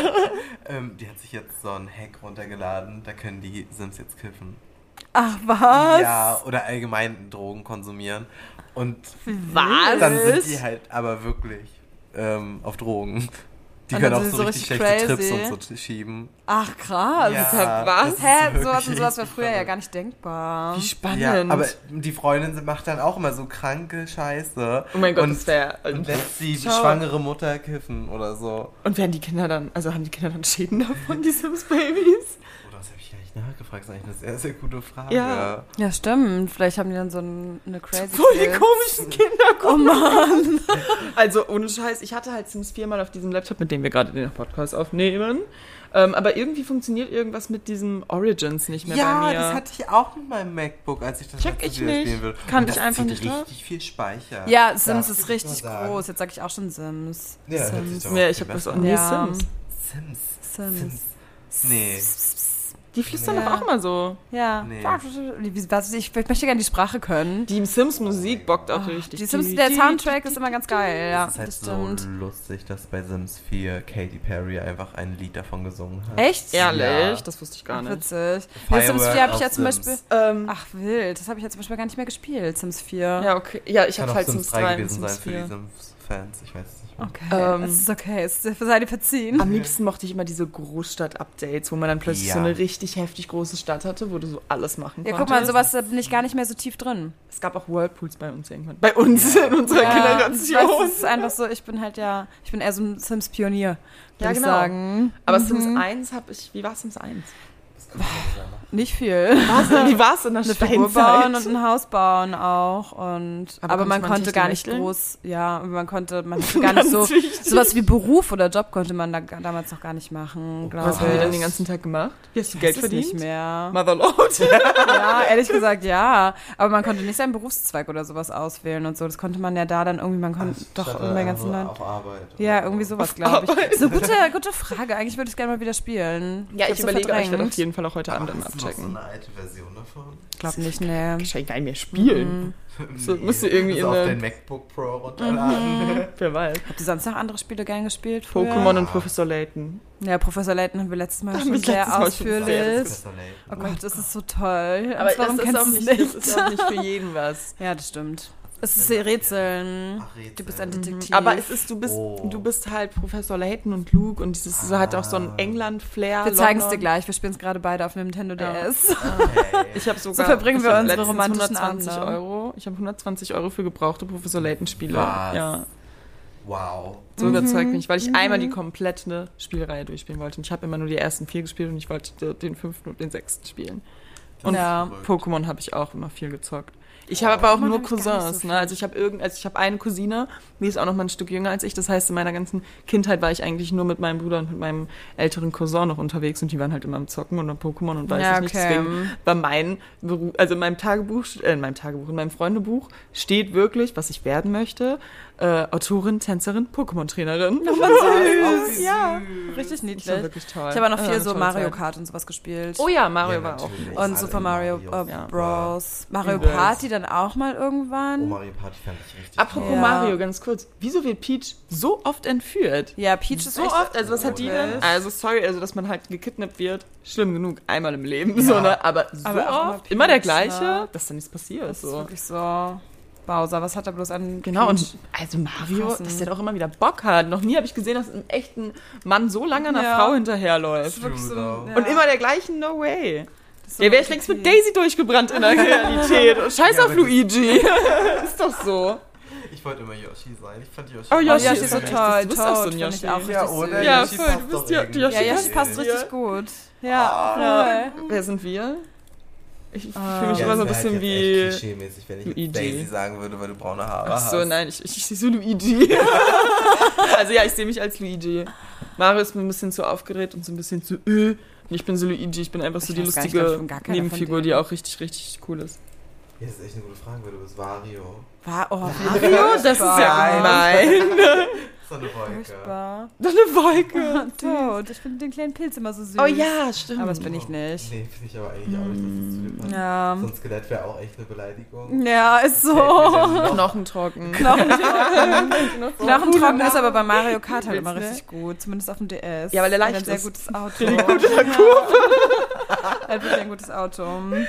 Ähm, die hat sich jetzt so ein Hack runtergeladen, da können die Sims jetzt kiffen. Ach, was? Ja, oder allgemein Drogen konsumieren. Und Was? dann sind die halt aber wirklich ähm, auf Drogen. Die Und können dann auch sind so sie so richtig richtig schlechte crazy. Trips und so schieben. Ach, krass. Deshalb was? das ist Hä, wirklich sowas und sowas war richtig früher ja verrückt. gar nicht denkbar. Wie spannend. Ja, aber die Freundin macht dann auch immer so kranke Scheiße. Oh mein Gott, und, das wäre... und lässt die, die Schau. schwangere Mutter kiffen oder so. Und werden die Kinder dann, also haben die Kinder dann Schäden davon, die Sims-Babys? Oh, das habe ich gar nicht nachgefragt. Das ist eigentlich eine sehr, sehr gute Frage. Ja. Ja, stimmt. Vielleicht haben die dann so ein, eine crazy Voll die Kids. komischen Kinder. Oh Mann. Also ohne Scheiß, ich hatte halt Sims vier mal auf diesem Laptop, mit dem wir gerade den Podcast aufnehmen. Ähm, aber irgendwie funktioniert irgendwas mit diesem Origins nicht mehr Ja, bei mir. das hatte ich auch mit meinem MacBook, als ich das Check letzte ich wieder nicht. spielen will. Kann Und ich das einfach zieht nicht drauf. richtig viel Speicher. Ja, Darf Sims ich ist nur richtig sagen. groß. Jetzt sag ich auch schon Sims. Ja, hört sich Sims. doch Ja, auch ich viel habe das besser auch an. nie Ja. Sims. Sims. Sims. Die flüstern Ja. doch auch immer so. Ja. Nee. Wie- Was, ich, ich möchte gerne die Sprache können. Die Sims-Musik bockt auch richtig. Die Sims, der Soundtrack ist immer ganz geil. Ja, Es ist halt das so stimmt. lustig, dass bei Sims vier Katy Perry einfach ein Lied davon gesungen hat. Echt? Ehrlich? Ja. Das wusste ich gar Ach, nicht. witzig. Ja, Sims Firework vier habe ich auf ja zum Sims. Beispiel... Ähm, Ach, wild. Das habe ich ja zum Beispiel gar nicht mehr gespielt, Sims vier. ja, okay. Ja, ich Kann habe auch halt Sims Sims drei drei und gewesen sein Sims für die vier. Sims-Fans. Ich weiß es nicht mehr. Okay, Ähm, es ist okay. Es sei dir verziehen. Am liebsten mochte ich immer diese Großstadt-Updates, wo man dann plötzlich Ja. so eine richtig heftig große Stadt hatte, wo du so alles machen Ja, konntest. guck mal, sowas da bin ich gar nicht mehr so tief drin. Es gab auch Whirlpools bei uns irgendwann. Bei uns, in unserer Ja, ich Generation. weiß, es ist einfach so, ich bin halt ja, ich bin eher so ein Sims-Pionier, würde Ja, ich genau. sagen. Aber Mhm. Sims eins habe ich, wie war Sims eins? Das kann man auch sagen. Nicht viel. Was? Wie war es in der Eine Figur bauen und Steinzeit? ein Haus bauen auch. Und, Aber aber, man konnte man konnte gar nicht Techtelmechteln? groß, ja, man konnte, man konnte gar nicht so, Ganz wichtig. sowas wie Beruf oder Job konnte man da ga- damals noch gar nicht machen, glaube ich. Was haben die dann den ganzen Tag gemacht? Wie hast du Ich Geld weiß es verdient? nicht mehr. Motherlord. Ja, ehrlich gesagt, ja. Aber man konnte nicht seinen Berufszweig oder sowas auswählen und so. Das konnte man ja da dann irgendwie, man konnte doch Statt irgendwie ganz einfach neuen. auf Arbeit. Ja, oder irgendwie so. sowas, glaube ich. Das ist eine gute, gute Frage. Eigentlich würde ich es gerne mal wieder spielen. Ja, ich hab's so überlege, aber ich werde verdrängt. auf jeden Fall auch heute Aber Abend dann hast du noch so abchecken. eine alte Version davon? Ich glaube nicht, ne. Ich kann gar nicht mehr spielen. So, musst du irgendwie das in auf eine- dein MacBook Pro runterladen. Wer weiß. Habt ihr sonst noch andere Spiele gern gespielt? Früher? Pokémon und Professor Layton. Ja, Professor Layton haben wir letztes Mal Haben schon wir sehr letztes Mal schon ausführlich. sehr Professor Layton. Oh Gott, das ist so toll. Aber Warum das, ist kennst auch du nicht, es das ist auch nicht für jeden was. Ja, das stimmt. Es ist Rätseln. Ach, Rätsel. Du bist ein Detektiv. Aber es ist, du bist, Oh. du bist halt Professor Layton und Luke und dieses so hat auch so ein England-Flair. Wir zeigen es dir London. gleich. Wir spielen es gerade beide auf dem Nintendo D S. Okay. Ich habe sogar. verbringen ich wir hab unsere letztens romantischen hundertzwanzig Abende. Euro. Ich habe hundertzwanzig Euro für gebrauchte Professor Layton-Spiele. Was? Ja, Wow. so überzeugt mich, weil ich einmal die komplette Spielreihe durchspielen wollte. Und ich habe immer nur die ersten vier gespielt und ich wollte den fünften und den sechsten spielen. Und Ja. Pokémon habe ich auch immer viel gezockt. Ich habe aber auch Pokémon nur hab ich gar nicht Cousins, so ne? Also ich habe irgend, also ich habe eine Cousine, die ist auch noch mal ein Stück jünger als ich. Das heißt, in meiner ganzen Kindheit war ich eigentlich nur mit meinem Bruder und mit meinem älteren Cousin noch unterwegs und die waren halt immer am Zocken und am Pokémon und weiß Ja, ich nicht. okay. Deswegen war mein Beruf, also in meinem Tagebuch, äh, in meinem Tagebuch, in meinem Freundebuch steht wirklich, was ich werden möchte. Äh, Autorin, Tänzerin, Pokémon-Trainerin. Süß. Ja, richtig Das war niedlich. wirklich toll. Ich habe auch noch Ja, viel eine so tolle Mario Zeit. Kart und sowas gespielt. Oh ja, Mario Ja, war auch. natürlich. Und Alle Super Mario Marios, äh, ja. Bros. Mario Übelst. Party, dann auch mal irgendwann. Oh, Mario Party fand ich richtig Apropos toll. Ja. Mario, ganz kurz. Wieso wird Peach so oft entführt? Ja, Peach ist So echt oft, also was hat die denn? komisch. Also sorry, also dass man halt gekidnappt wird, schlimm genug, einmal im Leben, so, ne? Aber so Aber auch oft, immer immer der Peach, gleiche, ne? dass da nichts passiert. Das ist So. wirklich so. Bowser, was hat er bloß an Genau, Peach? und also Mario, Krassen. dass der doch immer wieder Bock hat. Noch nie habe ich gesehen, dass ein echten Mann so lange einer Ja. Frau Das hinterherläuft. ist wirklich so, True, ja. Und immer der gleichen, no way. Das ist so Ja, wäre eine ich längst mit Utopie. Daisy durchgebrannt in der Realität. Scheiß Ja, auf aber das- Luigi. Ist doch so. Ich wollte immer Yoshi sein. Ich fand Yoshi Oh, Oh, Yoshi Yoshi ist ist so echt- toll. du bist auch so ein Toad finde ich Yoshi. auch richtig Ja, oder? süß. Ja, Yoshi voll, passt du bist doch ja- irgendwie. Yoshi Ja, Yoshi passt passt dir. richtig gut. Ja, Ja. voll. Wer sind wir? Ich Ah. fühle mich Ja, immer so ein das bisschen wär halt wie... jetzt echt klischee-mäßig, wenn ich Luigi. jetzt Daisy sagen würde, weil du braune Haare Ach so, hast. nein, ich, ich, ich sehe so Luigi. Also ja, ich sehe mich als Luigi. Mario ist mir ein bisschen zu aufgeregt und so ein bisschen zu äh. Und ich bin so Luigi, ich bin einfach so Ich die weiß gar nicht, lustige glaub, ich bin gar keiner von Nebenfigur, denen. die auch richtig, richtig cool ist. Ja, das ist echt eine gute Frage, weil du bist Wario. War, oh, Mario, das ist ja Nein. gemein. So eine Wolke. furchtbar. Doch eine Wolke. Toad. Ich finde den kleinen Pilz immer so süß. Oh ja, stimmt. Aber das bin ich nicht. Nee, finde ich aber eigentlich auch nicht, dass das zu dir passt. Ja. So ein Skelett wäre auch echt eine Beleidigung. Ja, ist so. Knochentrocken. Knochentrocken. Knochentrocken Cool, ist aber bei Mario Kart halt Willst, immer ne? richtig gut. Zumindest auf dem D S. Ja, weil er Er hat leicht ein sehr ist. gutes Auto. Richtig gut in der Kurve. Er hat wirklich ein gutes Auto.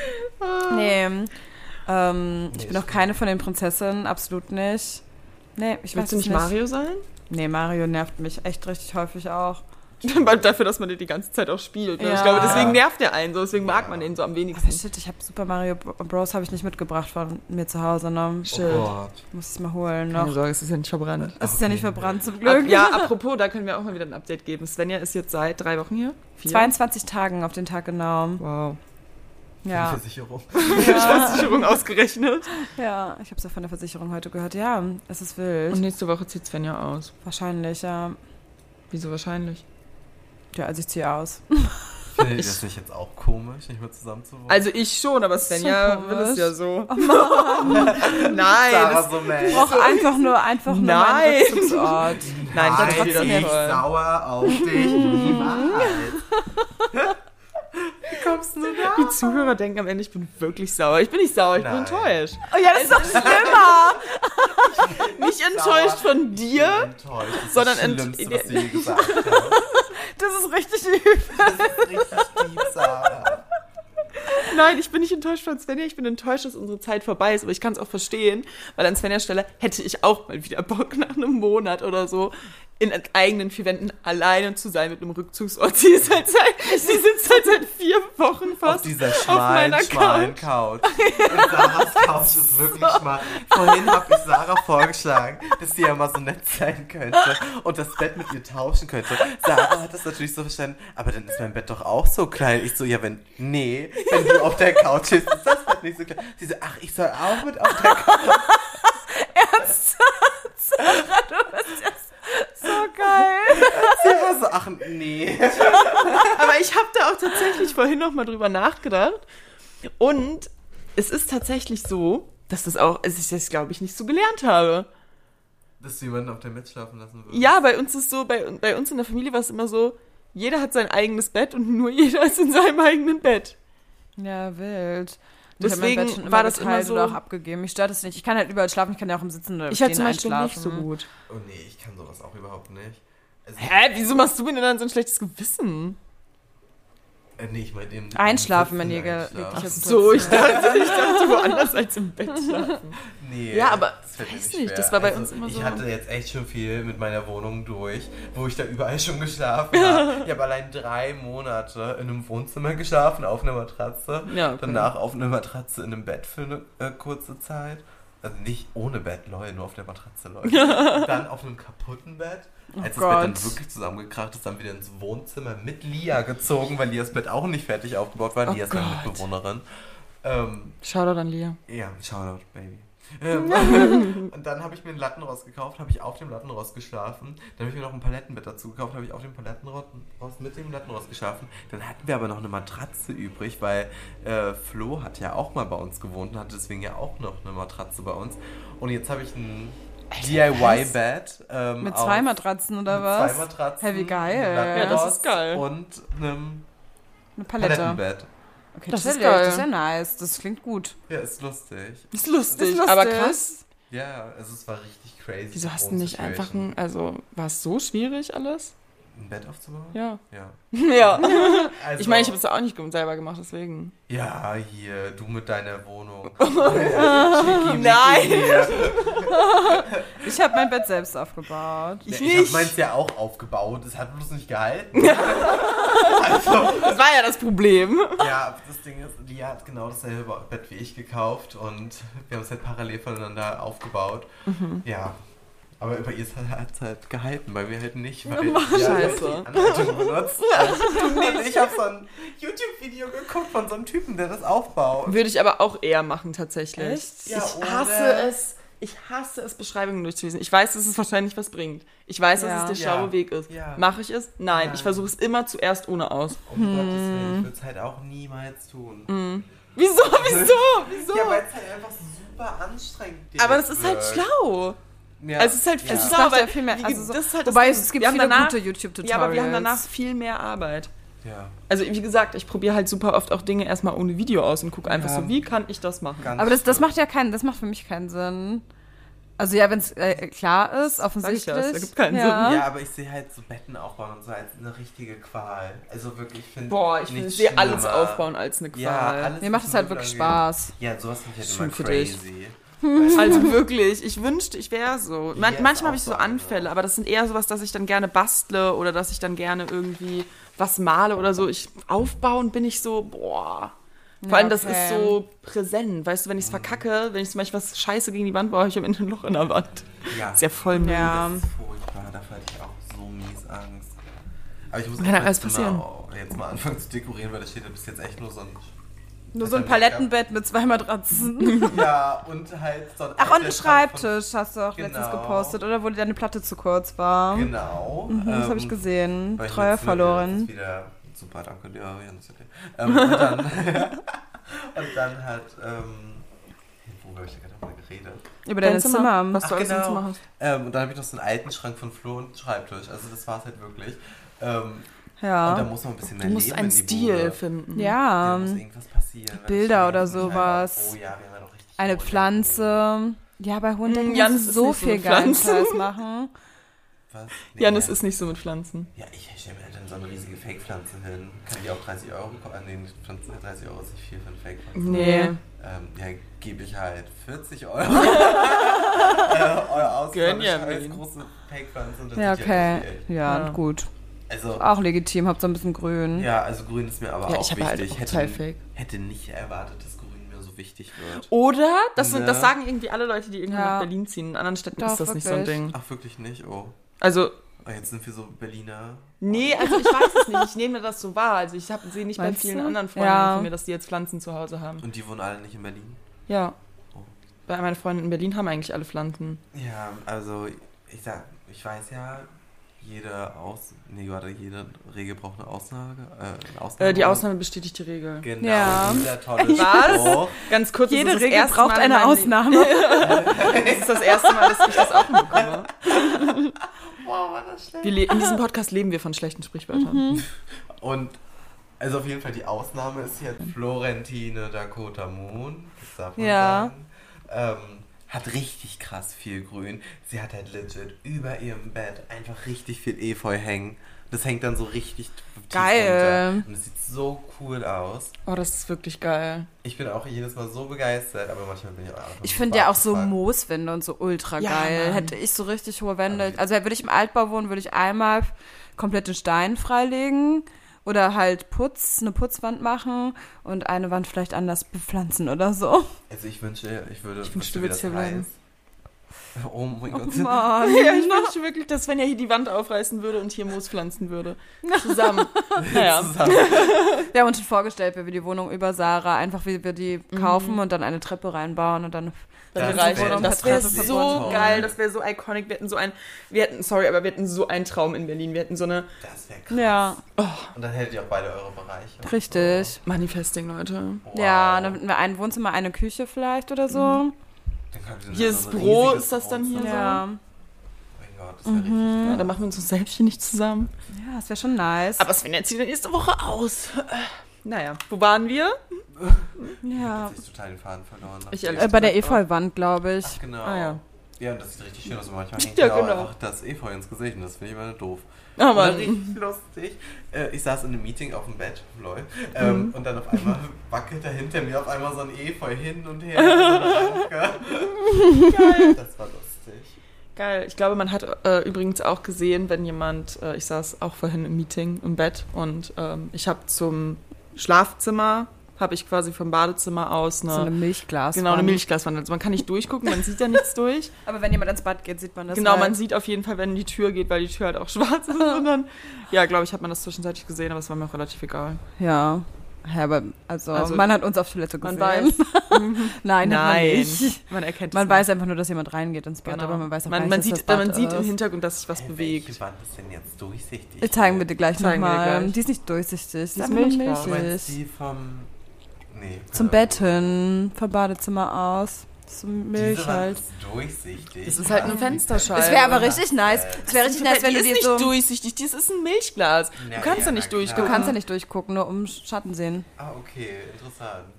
Nee. Ähm, ich Nee, bin auch stimmt. keine von den Prinzessinnen, absolut nicht. Nee, ich weiß Willst du es nicht Mario sein? Nee, Mario nervt mich echt richtig häufig auch. Weil dafür, dass man den die ganze Zeit auch spielt. Ne? Ja. Ich glaube, deswegen nervt der einen so, deswegen mag man den so am Aber wenigsten. shit, ich habe Super Mario Bros. Habe ich nicht mitgebracht von mir zu Hause, ne? Oh Gott. Muss ich mal holen Keine noch. Sorge, es ist ja nicht verbrannt. Es ist ja nicht verbrannt, zum Ab, Glück. ja, apropos, da können wir auch mal wieder ein Update geben. Svenja ist jetzt seit drei Wochen hier. Vier? zweiundzwanzig Tagen auf den Tag genau. Wow. Ja, Versicherung. Versicherung ausgerechnet. ja, ich habe es ja von der Versicherung heute gehört. Ja, es ist wild. Und nächste Woche zieht Svenja aus. Wahrscheinlich, ja. Wieso wahrscheinlich? Ja, also ich ziehe aus. Findet ihr das nicht jetzt auch komisch, nicht mehr zusammen zu wohnen? Also ich schon, aber Svenja So will es komisch. ja so. Oh Mann. Nein. Sarah Das, so mad. Ich brauche einfach nur, einfach nur Nein. meinen Rückzugsort. nein, Nein, das ist wieder ich toll. sauer auf dich niemals. Wie kommst du da? Die Zuhörer denken am Ende, ich bin wirklich sauer. Ich bin nicht sauer, ich bin Nein. enttäuscht. Oh ja, das ist doch schlimmer. Nicht enttäuscht von dir. Enttäuscht. Das ist sondern das ent- Schlimmste, was du je gesagt hast. Das ist richtig übel. Das ist richtig deep, Sarah. Nein, ich bin nicht enttäuscht von Svenja. Ich bin enttäuscht, dass unsere Zeit vorbei ist. Aber ich kann es auch verstehen, weil an Svenjas Stelle hätte ich auch mal wieder Bock nach einem Monat oder so in eigenen vier Wänden alleine zu sein mit einem Rückzugsort. Sie ist halt seit, sie sitzt halt seit vier Wochen Auf fast dieser auf schmalen, meiner schmalen Couch. Und Sarahs Couch ist wirklich schmal. Vorhin habe ich Sarah vorgeschlagen, dass sie ja mal so nett sein könnte und das Bett mit ihr tauschen könnte. Sarah hat das natürlich so verstanden, aber dann ist mein Bett doch auch so klein. Ich so, ja, wenn, nee, wenn du auf der Couch bist, ist das Bett nicht so klein. Sie so, ach, ich soll auch mit auf der Couch. Ernsthaft? Du bist ja so geil. Sie war so, ach, nee. Aber ich habe da auch tatsächlich vorhin noch mal drüber nachgedacht. Und es ist tatsächlich so, dass das auch, dass ich das, glaube ich, nicht so gelernt habe. Dass du jemanden auf der Bett schlafen lassen würdest. Ja, bei uns ist so, bei, bei uns in der Familie war es immer so, jeder hat sein eigenes Bett und nur jeder ist in seinem eigenen Bett. Ja, wild. Deswegen ich hab mein Bett schon war immer das geteilt immer so- oder auch abgegeben. Mich stört es nicht. Ich kann halt überall schlafen, ich kann ja auch im Sitzen oder im Ich hatte Stehen zum Beispiel einschlafen. nicht so gut. Oh nee, ich kann sowas auch überhaupt nicht. Also, Hä, wieso machst du mir denn dann so ein schlechtes Gewissen? Äh, nee, ich meine im Einschlafen, wenn im ihr Sitzen ge- einschlafen. wirklich- So, ich dachte, ich dachte woanders als im Bett schlafen. Nee, Ja, aber das fällt mir weiß nicht nicht, schwer. das war bei also, uns immer ich so. Ich hatte jetzt echt schon viel mit meiner Wohnung durch, wo ich da überall schon geschlafen habe. Ich habe allein drei Monate in einem Wohnzimmer geschlafen, auf einer Matratze. Ja, okay. Danach auf einer Matratze in einem Bett für eine äh, kurze Zeit. Also nicht ohne Bett, lol, nur auf der Matratze, lol. Und dann auf einem kaputten Bett. Als das Gott. Bett dann wirklich zusammengekracht ist, dann wieder ins Wohnzimmer mit Lia gezogen, weil Lias Bett auch nicht fertig aufgebaut war. Oh Lia ist meine Gott. Mitbewohnerin. Ähm, Shoutout an Lia. ja, Shoutout, Baby. Ähm, und dann habe ich mir ein Lattenrost gekauft, habe ich auf dem Lattenrost geschlafen. Dann habe ich mir noch ein Palettenbett dazu gekauft, habe ich auf dem Palettenrost mit dem Lattenrost geschlafen. Dann hatten wir aber noch eine Matratze übrig, weil äh, Flo hat ja auch mal bei uns gewohnt und hatte deswegen ja auch noch eine Matratze bei uns. Und jetzt habe ich ein D I Y-Bett. Ähm, Mit auf- zwei Matratzen oder mit was? Zwei Matratzen. Hä, wie geil. einem Ja, das ist Lattenrost geil. Und einem Eine Palette. Palettenbett. Okay, Das ist chillig, geil. das ist ja nice. Das klingt gut. Ja, ist lustig. Ist lustig, Ist lustig. aber krass. Ja, also es war richtig crazy. Wieso hast du nicht einfach ein, ein, also war es so schwierig alles? ein Bett aufzubauen? Ja. Ja. Ja. Also, Ich meine, ich habe es auch nicht selber gemacht, deswegen. Ja, hier, du mit deiner Wohnung. Nein. Hier. Ich habe mein Bett selbst aufgebaut. Ich, nicht. ich habe meins ja auch aufgebaut, es hat bloß nicht gehalten. Also, Das war ja das Problem. ja, das Ding ist, die hat genau dasselbe Bett wie ich gekauft und wir haben es halt parallel voneinander aufgebaut. Mhm. Ja. Aber bei ihr hat es halt gehalten, bei mir halt nicht, weil Mann, sie hat Scheiße. die Anleitung benutzt. Und ich habe so ein YouTube-Video geguckt von so einem Typen, der das aufbaut. Würde ich aber auch eher machen, tatsächlich. Echt? Ich Ja, hasse oder? es. Ich hasse es, Beschreibungen durchzulesen. Ich weiß, dass es wahrscheinlich was bringt. Ich weiß, dass Ja. es der schlaue Ja. Weg ist. Ja. Mache ich es? Nein. Nein. Ich versuche es immer zuerst ohne aus. Um Gottes Willen, ich würde es halt auch niemals tun. Wieso? Wieso? Wieso? Ja, weil es halt einfach super anstrengend ist. Aber das ist halt schlau. Ja. Also es ist halt viel Ja. Es schlau, macht ja weil viel mehr. wie- Also so, das ist halt das wobei Ding. es gibt Wir haben viele danach- gute YouTube-Tutorials. Ja, aber wir haben danach viel mehr Arbeit. Ja. Also wie gesagt, ich probiere halt super oft auch Dinge erstmal ohne Video aus und gucke einfach Ja. so, wie kann ich das machen? Ganz Aber das, das schlimm. macht ja keinen, das macht für mich keinen Sinn. Also ja, wenn es äh, klar ist, offensichtlich. Sag ich ja, das ergibt keinen ja. Ja, aber ich sehe halt so Betten aufbauen und so als eine richtige Qual. Also wirklich, ich finde Boah, ich nichts sehe alles schlimmer. aufbauen als eine Qual. Ja, alles. Mir macht was es halt Möbel wirklich angeht. Spaß. Ja, sowas finde ich Schön halt für immer dich. crazy. Also wirklich, ich wünschte, ich wäre so. Man, Ja, ist manchmal habe auch ich so so, Anfälle, also. aber das sind eher sowas, dass ich dann gerne bastle oder dass ich dann gerne irgendwie was male oder so. Ich aufbauen bin ich so, boah. Vor Ja, allem, das okay. ist so präsent. Weißt du, wenn ich es verkacke, wenn ich zum Beispiel was Scheiße gegen die Wand baue, habe ich am Ende ein Loch in der Wand. Ja, Ist ja voll Müll. Ja. das ist furchtbar. Dafür hatte ich auch so mies Angst. Aber ich muss Kann auch ja alles jetzt, passieren. mal, jetzt mal anfangen zu dekorieren, weil da steht ja bis jetzt echt nur so ein... Nur so ein Palettenbett mit zwei Matratzen. Ja, und halt so ein... Ach, und ein Einzelschrank Schreibtisch hast du auch Genau. letztens gepostet, oder wo deine Platte zu kurz war. Von, genau. Mhm, das habe ähm, ich gesehen. weil ich Treuer jetzt wieder- verloren. jetzt Wieder, super, danke dir. Ja, das ist okay. ähm, und, dann, und dann hat... Ähm, wo habe ich denn gerade mal geredet? Über dein Zimmer. Was Ach, du alles im genau. Zimmer hast. Ähm, und dann habe ich noch so einen alten Schrank von Flo und Schreibtisch. Also das war es halt wirklich. Ähm, Ja. Und da muss man ein bisschen mehr Du musst Leben einen in die Stil Bude. finden. Ja. Da muss irgendwas passieren. weil Bilder das oder steht nicht sowas. einfach, Oh ja, wir haben ja noch richtig Eine hohe Pflanze. Ja, bei Hundecken Mm, kannst Janis du ist so nicht so viel mit geilen Pflanzen. Scheiß machen. Was? Nee, Janis ja. ist nicht so mit Pflanzen. Ja, ich stelle mir halt dann so eine riesige Fake-Pflanze hin. Kann die auch dreißig Euro kosten? Nee, die Pflanze hat dreißig Euro ist nicht viel für eine Fake-Pflanze. Nee. Ähm, ja, gebe ich halt vierzig Euro. äh, Euro aus für Gönn eine ja, scheiß Wien. große Fake-Pflanze. und das Ja, sieht ja okay. nicht viel. Ja, Ja. gut. Also, Auch legitim, habt so ein bisschen grün. ja, also grün ist mir aber Ja, auch ich habe halt wichtig. auch total hätte, fake. hätte nicht erwartet, dass grün mir so wichtig wird. Oder, das, Ne? das sagen irgendwie alle Leute, die irgendwann Ja. nach Berlin ziehen. In anderen Städten Doch, ist das nicht so ein wirklich. Ding. Ach, wirklich nicht? Oh. Also, Oh, jetzt sind wir so Berliner. nee, also ich weiß es nicht. Ich nehme das so wahr. Also ich sehe nicht Meinst bei vielen du? anderen Freunden Ja. von mir, dass die jetzt Pflanzen zu Hause haben. Und die wohnen alle nicht in Berlin? Ja. Oh. Bei meinen Freunden in Berlin haben eigentlich alle Pflanzen. Ja, also ich sag, ich weiß ja, jede Aus... Nee, warte, jede Regel braucht eine Aussage. Äh, eine Ausnahme. Äh, die Ausnahme bestätigt die Regel. Genau, Ja. dieser tolle Was? Spruch. Ganz kurz, Jede das ist das Regel erste braucht Mal in eine meinem Ausnahme. Leben- Das ist das erste Mal, dass ich das auch hinbekomme. Wow, war das schlecht. Wir le- in diesem Podcast leben wir von schlechten Sprichwörtern. Und also auf jeden Fall die Ausnahme ist jetzt Florentine Dakota Moon. Das darf man Ja. sagen. Ähm, hat richtig krass viel Grün. Sie hat halt legit über ihrem Bett einfach richtig viel Efeu hängen. Das hängt dann so richtig tief Geil. runter. Und es sieht so cool aus. Oh, das ist wirklich geil. Ich bin auch jedes Mal so begeistert, aber manchmal bin ich auch einfach Ich nur finde ja auch so abgefuckt. Mooswände und so ultra Ja, geil. Mann. Hätte ich so richtig hohe Wände. Aber- Also würde ich im Altbau wohnen, würde ich einmal komplett den Stein freilegen oder halt Putz, eine Putzwand machen und eine Wand vielleicht anders bepflanzen oder so. Also ich wünsche, ich würde, Ich wünschte, wüsste, du wie würdest das hier bleiben. heißt. Oh mein Gott. Mann. Ja, ich wünschte wirklich, dass Svenja hier die Wand aufreißen würde und hier Moos pflanzen würde. Zusammen. Naja. Zusammen. Wir haben uns schon vorgestellt, wie wir die Wohnung über Sarah einfach, wie wir die kaufen und dann eine Treppe reinbauen und dann Dann Das reicht wär- das. das Das wäre wär so toll. geil, das wäre so iconic. Wir hätten so ein, wir hätten, sorry, aber wir hätten so einen Traum in Berlin. Wir hätten so eine Das wäre krass. ja, Und dann hättet ihr auch beide eure Bereiche. richtig. Manifesting, Leute. Wow. Ja, dann hätten wir ein Wohnzimmer, eine Küche vielleicht oder so. Dann könnt ihr Hier so ist ein Büro, riesiges ist das dann hier Wohnzimmer. Ja, Oh mein Gott, das wäre richtig Ja, geil. dann machen wir uns so selbstständig zusammen. ja, das wäre schon nice. Aber Svenja zieht dann nächste Woche aus. naja, wo waren wir? Ja. Ich total den Faden verloren. Ich Nachdem- ehrlich Äh, bei der gesagt Efeu-Wand, glaube ich. Ach, genau. Ah, ja. Ja, und das sieht richtig schön aus. Manchmal hängt Ja, ja, auch genau. einfach das Efeu ins Gesicht und das finde ich immer doof. Oh Oder Mann. richtig lustig. Äh, ich saß in einem Meeting auf dem Bett, lol, ähm, Mhm. und dann auf einmal wackelt da hinter mir auf einmal so ein Efeu hin und her. So Geil. Das war lustig. Geil. Ich glaube, man hat äh, übrigens auch gesehen, wenn jemand, äh, ich saß auch vorhin im Meeting im Bett und ähm, ich habe zum Schlafzimmer, habe ich quasi vom Badezimmer aus eine, So eine Milchglaswand. genau, eine Milchglaswand. Also man kann nicht durchgucken, man sieht ja nichts durch. Aber wenn jemand ins Bad geht, sieht man das Genau, halt. man sieht auf jeden Fall, wenn die Tür geht, weil die Tür halt auch schwarz ist. Und dann, ja, glaube ich, hat man das zwischenzeitlich gesehen, aber es war mir auch relativ egal. Ja. Ja, aber also, Also, man hat uns auf Toilette gesehen. Man weiß. Nein, hat man Nein, nicht. man erkennt es Man nicht. weiß einfach nur, dass jemand reingeht ins Bad, Genau. aber man weiß auch man, gar man nicht, dass sieht, das Bad man sieht im ist. Hintergrund, dass sich was Hey, bewegt. Welche Wand ist denn jetzt durchsichtig? Ich zeigen wir dir gleich Zeigen wir dir nochmal. gleich. Die ist nicht durchsichtig. Die ist ist einfach nur Milchglas. Du meinst milchig. die vom... Nee. Zum keine Bett hin, vom Badezimmer aus. Zum Ahnung. Milch Diese Wand halt. ist durchsichtig. Das ist halt eine Fensterscheibe. Es wäre aber richtig nice. Äh, Es wäre richtig nice, wenn die du ist dir nicht so... durchsichtig, das ist ein Milchglas. Ja, Du kannst ja, da nicht na durchgucken. Du klar. kannst ja nicht durchgucken, nur um Schatten sehen. Ah, okay, interessant.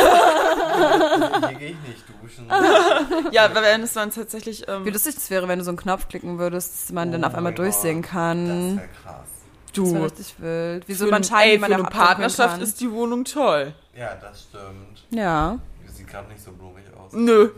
Hier gehe ich nicht duschen. Ja, weil wenn es dann tatsächlich... Ähm, Wie lustig es wäre, wenn du so einen Knopf klicken würdest, dass man dann Oh auf einmal mein durchsehen Gott, kann. Das wäre krass. Das wäre du, richtig wild. Wieso für, man ein, Schein, ey, die man für auch eine abdrucken Partnerschaft kann. ist die Wohnung toll. Ja, das stimmt. Ja. Sieht gerade nicht so blumig aus. Nö.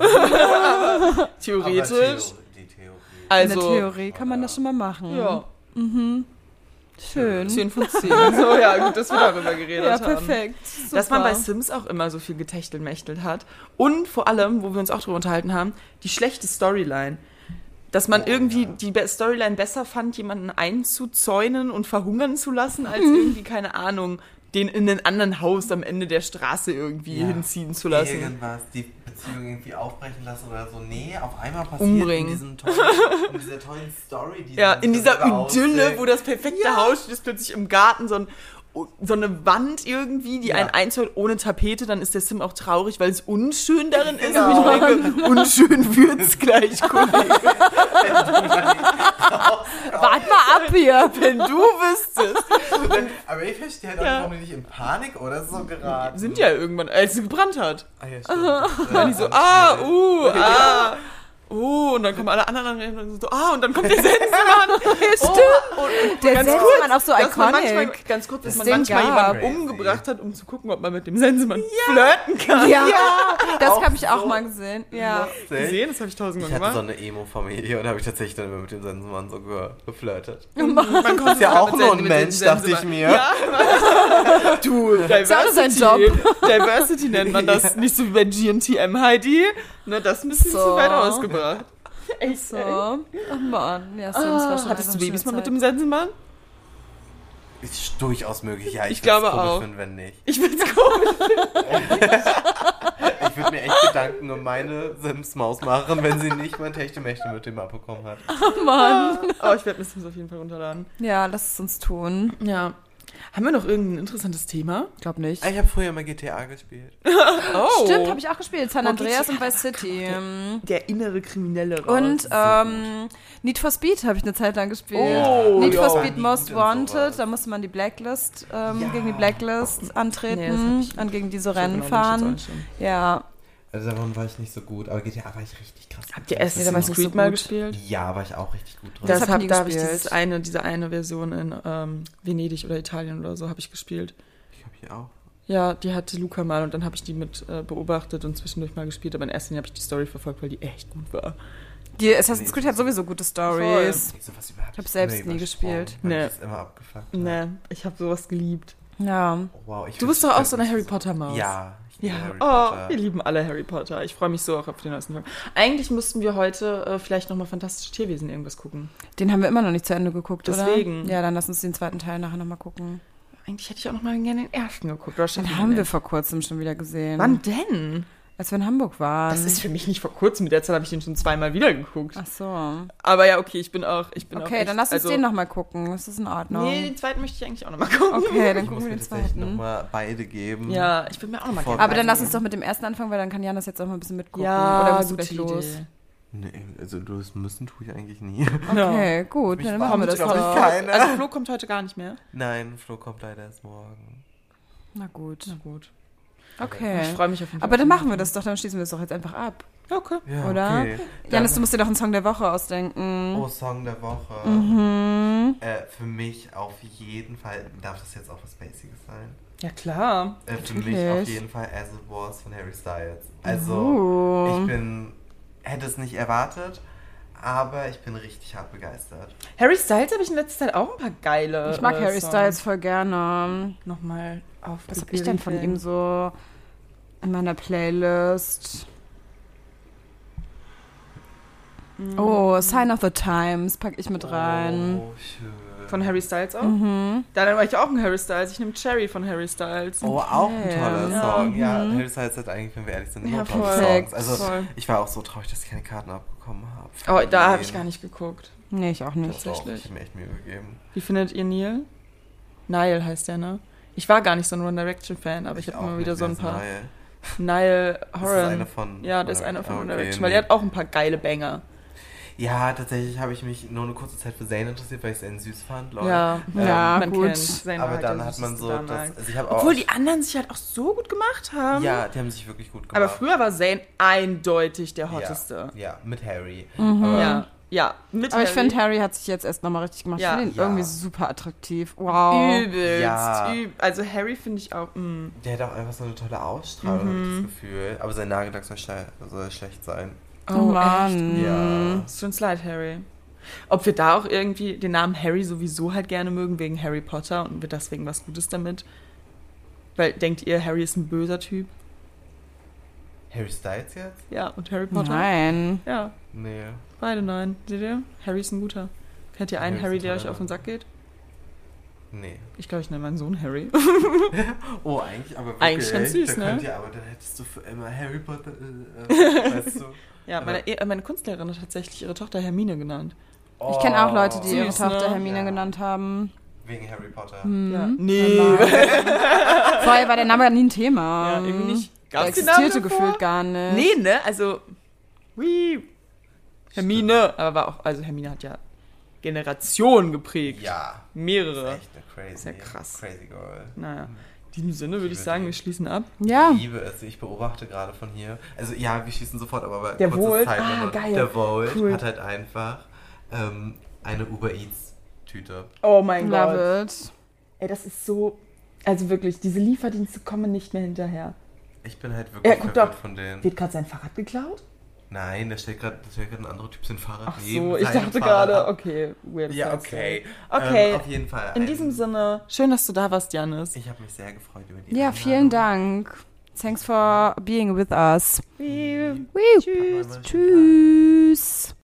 Aber Theoretisch. Theo- die Theorie. Also, In der Theorie kann man das schon mal machen. ja, Mhm. Schön. zehn von zehn. So, ja, gut, dass wir darüber geredet Ja, haben. perfekt. Dass man bei Super. Sims auch immer so viel getechtelmächtelt hat. Und vor allem, wo wir uns auch drüber unterhalten haben, die schlechte Storyline. Dass man Oh, irgendwie ja. die Be- Storyline besser fand, jemanden einzuzäunen und verhungern zu lassen, als irgendwie, keine Ahnung, den in ein anderen Haus am Ende der Straße irgendwie Ja. hinziehen zu lassen. Irgendwas, die Beziehung irgendwie aufbrechen lassen oder so. Nee, auf einmal passiert Umbringen. in, diesem tollen, in dieser tollen Story, die Ja, man in sich dieser selber Idylle, ausdenkt. wo das perfekte Haus steht, ist plötzlich im Garten so, ein, so eine Wand irgendwie, die Ja. einen einzäunt ohne Tapete, dann ist der Sim auch traurig, weil es unschön darin ist. Ja. Und ich denke, unschön wird's gleich, Kollege. Wart mal ab hier. Wenn du wüsstest. Aber ich verstehe halt auch, Ja. warum die nicht in Panik oder so geraten. Sind ja irgendwann, als sie gebrannt hat. Ah, ja, stimmt. Waren die so, ah, uh, ah. Oh, und dann kommen alle anderen rein und so, ah, und dann kommt der Sensenmann. Stimmt. Der Ganz Sensenmann auch so dass man manchmal, iconic. ganz kurz, dass Das man Ding manchmal gab. jemanden umgebracht hat, um zu gucken, ob man mit dem Sensenmann flirten kann. Ja, das Auch habe ich auch so mal gesehen. Ja. Gesehen, das habe ich tausendmal Ich hatte so gemacht. eine Emo-Familie und habe ich tatsächlich dann immer mit dem Sensenmann so ge geflirtet. Man konnte Ist ja sich auch mit nur Sen- ein mit dem Mensch, dachte ich Sensenmann- mir. Ja, du, Diversity. auch sein Job. Diversity nennt man das. Nicht so wie bei G N T M, Heidi. Ne, das ist ein bisschen So. zu weit ausgebracht. Echt So. Oh Mann. Ja, Sims Ah, war schon hattest du einfach Babys mal eine mit schöne dem Sensenmann? Ist durchaus möglich, ja. Ich, Ich glaube würd's komisch auch. finden, wenn nicht. Ich find's komisch. Ich würde mir echt Gedanken um meine Sims-Maus machen, wenn sie nicht mein Techtelmächte mit dem abbekommen hat. Zeit. Mann. Oh, ich werde mir Sims auf jeden Fall runterladen. Ja, lass es uns tun. Ja. Haben wir noch irgendein interessantes Thema? Glaub nicht. Ich habe früher mal G T A gespielt. Oh. Stimmt, habe ich auch gespielt. San Oh, Andreas G T A, und Vice City. Der innere Kriminelle raus. Und so ähm, Need for Speed habe ich eine Zeit lang gespielt. Oh, Need ja. for War Speed nie Most gut in sowas. Wanted, da musste man die Blacklist, ähm, Ja. gegen die Blacklist Nee, das antreten hab ich- und gegen diese So Rennen genau bin ich jetzt auch fahren. nicht schon. Ja, Also davon war ich nicht so gut, aber G T A war ich richtig krass. Habt ihr gut. Assassin's da war ich nicht Creed so mal gut. gespielt? Ja, war ich auch richtig gut drin. Das Das hab hab, ich nie da habe ich gespielt. dieses eine, diese eine Version in ähm, Venedig oder Italien oder so habe ich gespielt. Ich habe hier auch. Ja, die hatte Luca mal und dann habe ich die mit äh, beobachtet und zwischendurch mal gespielt, aber in erster Linie habe ich die Story verfolgt, weil die echt gut war. die Assassin's Creed hat sowieso gute Stories. Ich, so was überhaupt Ich hab nicht selbst nie übersprungen, gespielt. weil Nee. ich das immer abgefuckt. Nee, ich habe sowas geliebt. Ja. Oh, wow, ich Du find's bist doch auch so eine wirklich Harry Potter Maus. Ja, ich liebe Ja, Harry oh, Potter. wir lieben alle Harry Potter. Ich freue mich so auch auf den neuesten Film. Eigentlich müssten wir heute äh, vielleicht nochmal Fantastische Tierwesen irgendwas gucken. Den haben wir immer noch nicht zu Ende geguckt, Deswegen. oder? Ja, dann lass uns den zweiten Teil nachher nochmal gucken. Eigentlich hätte ich auch noch mal gerne den ersten geguckt. Oder Den haben wir vor kurzem schon wieder gesehen. Wann denn? Als wir in Hamburg waren. Das ist für mich nicht vor kurzem. Mit der Zeit habe ich den schon zweimal wieder geguckt. Ach so. Aber ja, okay, ich bin auch. Ich bin auch Okay, echt, dann lass uns also, den nochmal gucken. Das ist in Ordnung. Nee, den zweiten möchte ich eigentlich auch nochmal gucken. Okay, dann Ich gucken muss wir mir den tatsächlich zweiten. nochmal beide geben. Ja, ich bin mir auch nochmal Bevor- gerne. Aber dann lass uns doch mit dem ersten anfangen, weil dann kann Janis jetzt auch mal ein bisschen mitgucken. Ja, Oder musst du gute gleich los? Idee. Nee, also das müssen tue ich eigentlich nie. Okay, gut. Mich Dann wartet, machen wir das glaub ich, doch. keiner. Also Flo kommt heute gar nicht mehr. Nein, Flo kommt leider erst morgen. Na gut. Na gut. Okay. Ich freue mich auf jeden Fall. Aber auf dann die machen wir Nacht. das doch, dann schließen wir es doch jetzt einfach ab. Okay. Ja, Oder? okay. Janis, du Dann- musst dir doch einen Song der Woche ausdenken. Oh, Song der Woche. Mhm. Äh, für mich auf jeden Fall, darf das jetzt auch was Basics sein? Ja, klar. Äh, für Natürlich. mich auf jeden Fall As It Was von Harry Styles. Also, Oh. ich bin, hätte es nicht erwartet, aber ich bin richtig hart begeistert. Harry Styles habe ich in letzter Zeit auch ein paar geile. Ich mag äh, Harry Songs. Styles voll gerne. Nochmal auf. Was hab ich denn von ihm so in meiner Playlist? Oh, Sign of the Times pack ich mit rein. Oh, schön. Von Harry Styles auch? Mhm. Dann war ich auch ein Harry Styles. Ich nehme Cherry von Harry Styles. Oh, auch ein toller Ja. Song. Ja, Mhm. Harry Styles hat eigentlich, wenn wir ehrlich sind, Ja, nur voll. Top-Songs. Also, Voll. ich war auch so traurig, dass ich keine Karten abbekommen habe. Oh, da habe ich gar nicht geguckt. Nee, ich auch nicht. Tatsächlich. Ich habe mir echt Mühe gegeben. Wie findet ihr Neil? Niall heißt der, ne? Ich war gar nicht so ein One Direction Fan, aber ich, Ich habe auch immer wieder nicht, so ein wer ist paar. Niall? Niall Das Horan. ist einer von... Ja, der ist einer von Ah, One okay, Direction, weil nee. der hat auch ein paar geile Banger. Ja, tatsächlich habe ich mich nur eine kurze Zeit für Zayn interessiert, weil ich Zayn süß fand, Leute. Ja, Ähm, Ja, man gut. kennt's. Zayn war Aber halt dann der hat man Süßeste so... Das, damals. also ich habe auch... Obwohl die anderen sich halt auch so gut gemacht haben. Ja, die haben sich wirklich gut gemacht. Aber früher war Zayn eindeutig der hotteste. Ja, ja, mit Harry. Mhm. Aber Ja, ja. Mit Aber ich Harry. finde, Harry hat sich jetzt erst nochmal richtig gemacht. Ja. Ich finde ihn Ja. irgendwie super attraktiv. Wow. Übelst. Ja. Üb also Harry finde ich auch. Mh. der hat auch einfach so eine tolle Ausstrahlung, habe Mhm. ich das Gefühl. Aber sein Nagellack soll, schle soll schlecht sein. Oh, Mann. echt? Ja. Es tut uns leid, Harry. Ob wir da auch irgendwie den Namen Harry sowieso halt gerne mögen, wegen Harry Potter und wir deswegen was Gutes damit? Weil, denkt ihr, Harry ist ein böser Typ? Harry Styles jetzt? Ja, und Harry Potter? Nein. Ja, Nee. beide nein. Seht ihr? Harry ist ein guter. Kennt ihr einen Harry Harry, ist ein der toller euch auf den Mann. Sack geht? Nee. Ich glaube, ich nenne meinen Sohn Harry. Oh, eigentlich aber wirklich. Eigentlich ganz süß, da ne? könnt ihr, aber dann hättest du für immer Harry Potter, äh, äh, weißt du? Ja, meine, eh- meine Kunstlehrerin hat tatsächlich ihre Tochter Hermine genannt. Ich kenne auch Leute, die Süß, ihre ne? Tochter Hermine Ja. genannt haben. Wegen Harry Potter. Mhm. Ja. Nee. Vorher war der Name gar nie ein Thema. Ja, irgendwie nicht. Der Gab's den Namen existierte davor? gefühlt gar nicht. Nee, ne? Also, wie? Hermine. Aber war auch, also Hermine hat ja Generationen geprägt. Ja. Mehrere. Das ist echt eine crazy, Sehr krass. crazy girl. Naja. In diesem Sinne würde ich Liebe sagen, die. wir schließen ab. Ja. Ich liebe es. Ich beobachte gerade von hier. Also ja, wir schießen sofort, aber bei Der kurze Volt? Zeit Ah, noch. geil. Der Volt Cool. hat halt einfach ähm, eine Uber Eats Tüte. Oh mein Gott. Love it. Ey, das ist so. Also wirklich, diese Lieferdienste kommen nicht mehr hinterher. Ich bin halt wirklich Er guckt verwirrt doch. von denen. Wird gerade sein Fahrrad geklaut? Nein, da stellt gerade ein anderer Typ sein Fahrrad Ach neben so, ich seinem dachte Fahrrad gerade, ab. okay, weird. Ja, Side okay. story. Okay. Ähm, auf jeden Fall. In ein- diesem Sinne, schön, dass du da warst, Janis. Ich habe mich sehr gefreut über die Ja, Einladung. vielen Dank. Thanks for being with us. Wie- Woo. Tschüss. Tschüss.